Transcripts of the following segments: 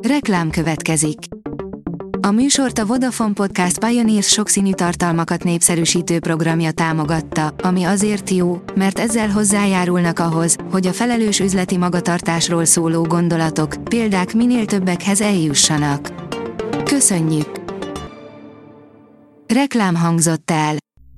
Reklám következik. A műsort a Vodafone Podcast Pioneers sokszínű tartalmakat népszerűsítő programja támogatta, ami azért jó, mert ezzel hozzájárulnak ahhoz, hogy a felelős üzleti magatartásról szóló gondolatok, példák minél többekhez eljussanak. Köszönjük! Reklám hangzott el.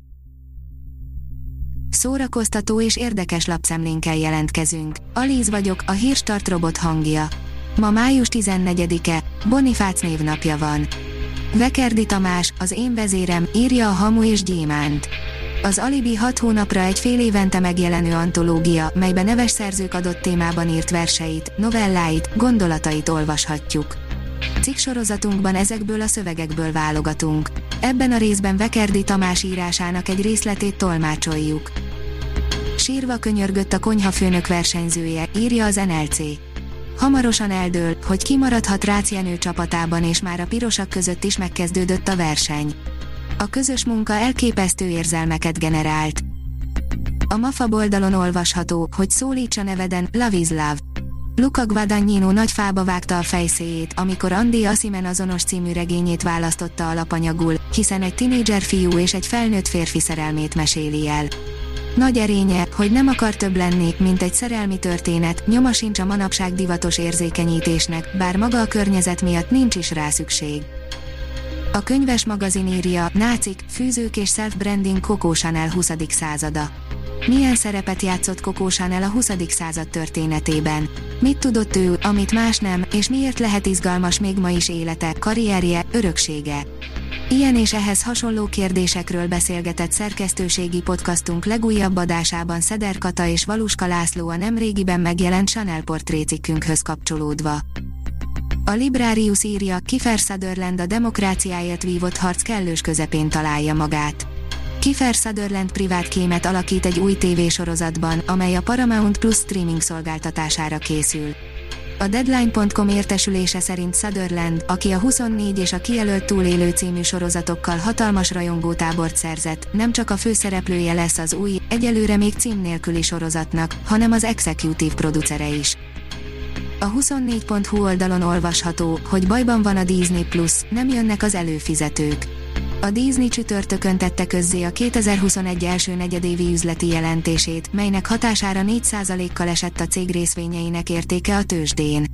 Szórakoztató és érdekes lapszemlénkkel jelentkezünk. Alíz vagyok, a Hírstart robot hangja. Ma május 14-e, Bonifác névnapja van. Vekerdi Tamás, az én vezérem, írja a Hamu és Gyémánt. Az Alibi 6 hónapra egy fél évente megjelenő antológia, melybe neves szerzők adott témában írt verseit, novelláit, gondolatait olvashatjuk. Cikksorozatunkban ezekből a szövegekből válogatunk. Ebben a részben Vekerdi Tamás írásának egy részletét tolmácsoljuk. Sírva könyörgött a konyhafőnök versenyzője, írja az NLC. Hamarosan eldől, hogy ki maradhat Rácz Jenő csapatában, és már a pirosak között is megkezdődött a verseny. A közös munka elképesztő érzelmeket generált. A Mafab oldalon olvasható, hogy szólítsa neveden, Love is Love. Luca Guadagnino nagy fába vágta a fejszéjét, amikor Andy Asimen azonos című regényét választotta alapanyagul, hiszen egy tinédzser fiú és egy felnőtt férfi szerelmét meséli el. Nagy erénye, hogy nem akar több lenni, mint egy szerelmi történet, nyoma sincs a manapság divatos érzékenyítésnek, bár maga a környezet miatt nincs is rá szükség. A könyves magazin írja, nácik, fűzők és self-branding Coco Chanel 20. százada. Milyen szerepet játszott Coco Chanel a 20. század történetében? Mit tudott ő, amit más nem, és miért lehet izgalmas még ma is élete, karrierje, öröksége? Ilyen és ehhez hasonló kérdésekről beszélgetett szerkesztőségi podcastunk legújabb adásában Szeder Kata és Valuska László a nemrégiben megjelent Chanel portrécikkünkhöz kapcsolódva. A Librarius írja, Kiefer Sutherland a demokráciáért vívott harc kellős közepén találja magát. Kiefer Sutherland privát kémet alakít egy új tévésorozatban, amely a Paramount Plus streaming szolgáltatására készül. A Deadline.com értesülése szerint Sutherland, aki a 24 és a Kijelölt túlélő című sorozatokkal hatalmas rajongótábort szerzett, nem csak a főszereplője lesz az új, egyelőre még cím nélküli sorozatnak, hanem az executive producere is. A 24.hu oldalon olvasható, hogy bajban van a Disney Plus, nem jönnek az előfizetők. A Disney csütörtökön tette közzé a 2021 első negyedévi üzleti jelentését, melynek hatására 4%-kal esett a cég részvényeinek értéke a tőzsdén.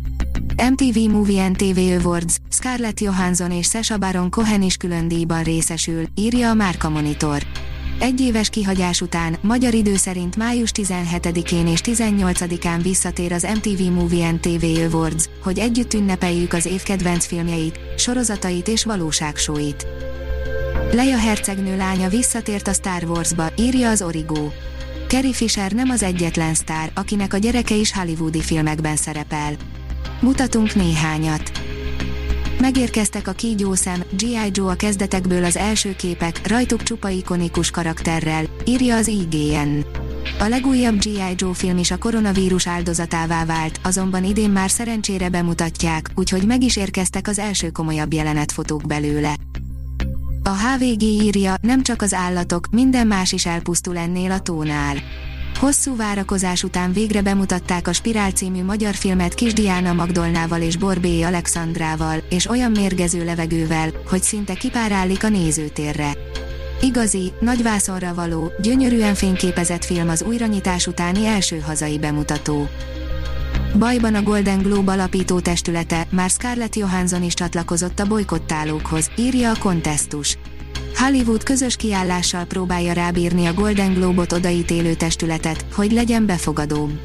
MTV Movie and TV Awards, Scarlett Johansson és Sacha Baron Cohen is külön díjban részesül, írja a Márka Monitor. Egy éves kihagyás után, magyar idő szerint május 17-én és 18-án visszatér az MTV Movie and TV Awards, hogy együtt ünnepeljük az év kedvenc filmjeit, sorozatait és valóságsóit. Leia hercegnő lánya visszatért a Star Warsba, írja az Origo. Carrie Fisher nem az egyetlen sztár, akinek a gyereke is hollywoodi filmekben szerepel. Mutatunk néhányat. Megérkeztek a kígyószem, G.I. Joe a kezdetekből az első képek, rajtuk csupa ikonikus karakterrel, írja az IGN. A legújabb G.I. Joe film is a koronavírus áldozatává vált, azonban idén már szerencsére bemutatják, úgyhogy meg is érkeztek az első komolyabb jelenetfotók belőle. A HVG írja, nem csak az állatok, minden más is elpusztul ennél a tónál. Hosszú várakozás után végre bemutatták a Spirál című magyar filmet Kis Diana Magdolnával és Borbély Alexandrával, és olyan mérgező levegővel, hogy szinte kipárállik a nézőtérre. Igazi, nagy vászonra való, gyönyörűen fényképezett film az újranyitás utáni első hazai bemutató. Bajban a Golden Globe alapító testülete, már Scarlett Johansson is csatlakozott a bojkottálókhoz, írja a Kontesztus. Hollywood közös kiállással próbálja rábírni a Golden Globe-ot odaítélő testületet, hogy legyen befogadóbb.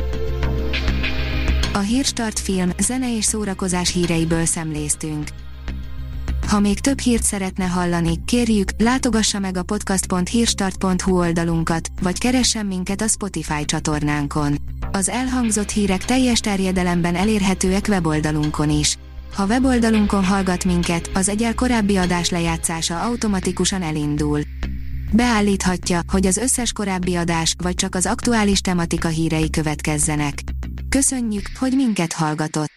A Hírstart film, zene és szórakozás híreiből szemléztünk. Ha még több hírt szeretne hallani, kérjük, látogassa meg a podcast.hírstart.hu oldalunkat, vagy keressen minket a Spotify csatornánkon. Az elhangzott hírek teljes terjedelemben elérhetőek weboldalunkon is. Ha weboldalunkon hallgat minket, az egyel korábbi adás lejátszása automatikusan elindul. Beállíthatja, hogy az összes korábbi adás, vagy csak az aktuális tematika hírei következzenek. Köszönjük, hogy minket hallgatott!